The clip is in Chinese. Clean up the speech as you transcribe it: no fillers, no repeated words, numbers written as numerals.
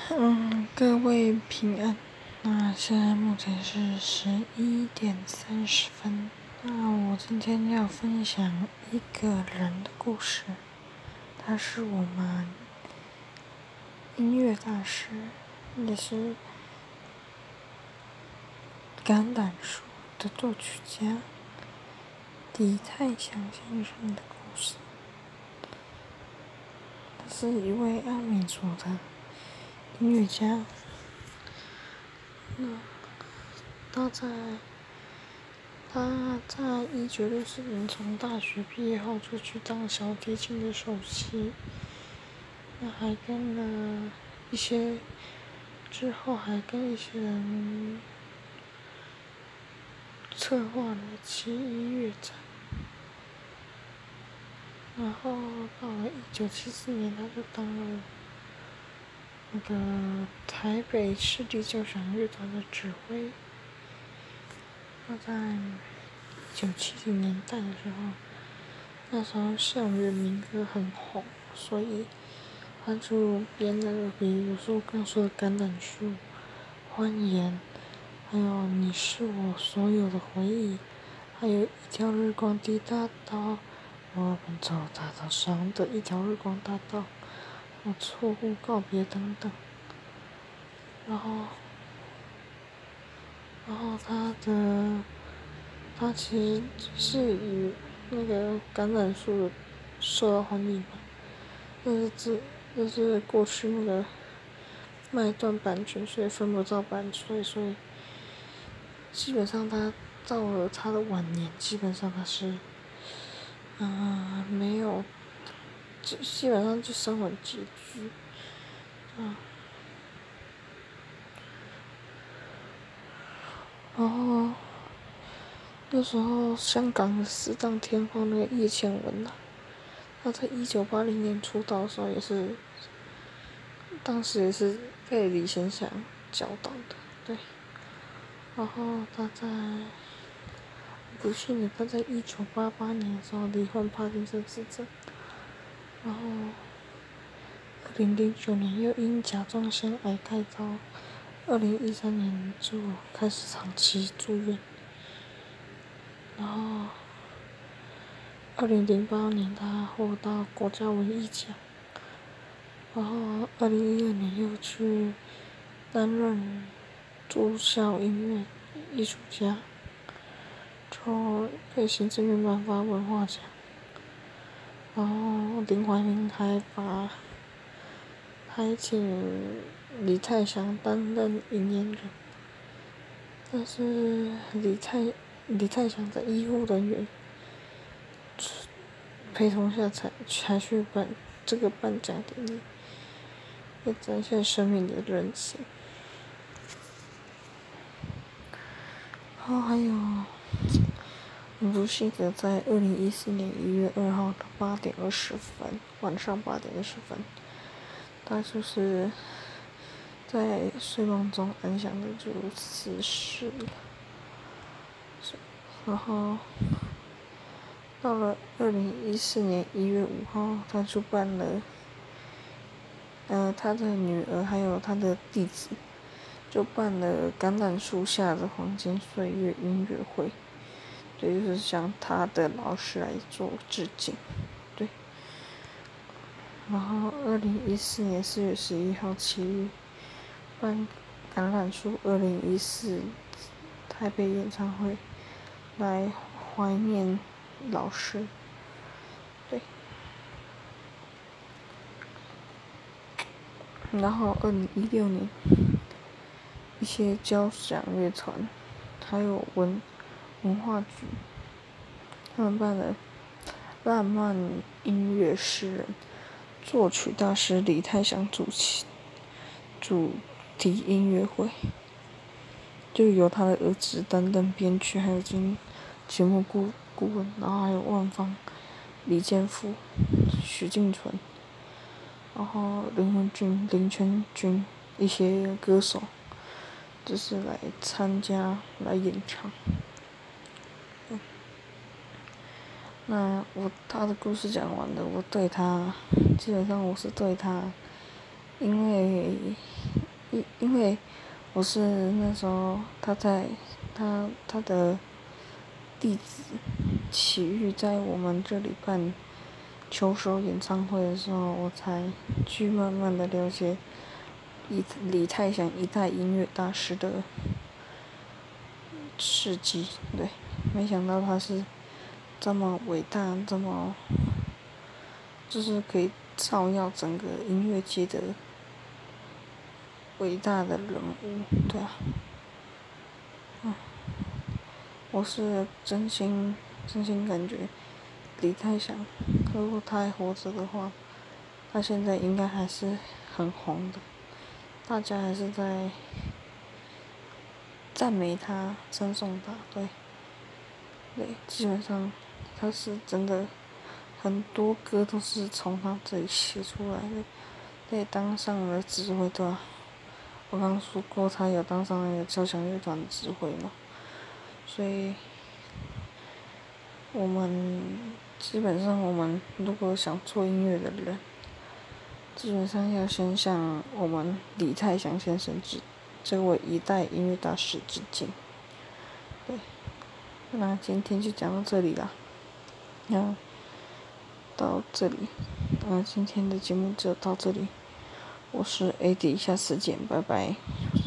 各位平安。那现在目前是11:30。那我今天要分享一个人的故事，他是我们音乐大师，也是橄榄树的作曲家李泰祥先生的故事。他是一位阿美族的音乐家。他在1964年从大学毕业后就去当小提琴的首席，还跟了一些人策划了奇异乐展。然后到了1974年，他就当了台北市立交响乐团的指挥。他在1970年代的时候，那时候校园民歌很红，所以他就编了比如说刚说的橄榄树、欢颜，还有你是我所有的回忆，还有一条日光的大道，我们走大道上的一条日光大道，错误告别等等。然后他其实是以橄榄树受到欢迎嘛，但是过去卖断版权，所以分不到版税，所以基本上他到了他的晚年，基本上他是没有，基本上就生活拮据。然后那时候香港的四大天后叶倩文她在1980年出道的时候当时也是被李贤祥教导的，对。然后不幸的他在1988年的时候罹患帕金森氏症，然后2009年又因甲状腺癌开刀，2013年就开始长期住院，然后2008年他获到国家文艺奖，然后2012年又去担任驻校音乐艺术家，就被行政院颁发文化奖。然后林怀民还请李泰祥担任引言人，但是李泰祥的医护人员陪同下才去这个颁奖典礼，也展现生命的韧性。然后还有很不幸的，在2014年1月2号的晚上8点20分，他就是在睡梦中安详的就辞世了。然后到了2014年1月5号，他就办了他的女儿还有他的弟子就办了橄榄树下的黄金岁月音乐会，也就是向他的老师来做致敬，对。然后2014年4月11号7日办橄榄树2014台北演唱会，来怀念老师，对。然后2016年，一些交响乐团还有文化局，他们办了浪漫音乐诗人作曲大师李泰祥主题音乐会，就由他的儿子担任编曲，还有节目顾问，然后还有万芳、李建复、许晋纯，然后林权君一些歌手，就是来参加来演唱。那他的故事讲完了，基本上我是对他，因为嘿，我是那时候他的弟子启玉在我们这里办秋收演唱会的时候，我才去慢慢的了解李泰祥一代音乐大师的事迹。对，没想到他是这么伟大，这么就是可以照耀整个音乐界的伟大的人物。对啊，我是真心感觉李泰祥，如果他还活着的话，他现在应该还是很红的，大家还是在赞美他、称颂他。对，基本上他是真的，很多歌都是从他这里写出来的。他也当上了指挥，对吧？我刚刚说过，他有当上那个交响乐团的指挥嘛，所以基本上我们如果想做音乐的人，基本上要先向我们李泰祥先生这位一代音乐大师致敬。对，那今天就讲到这里啦。那到这里，今天的节目就到这里。我是 AD，下次见，拜拜。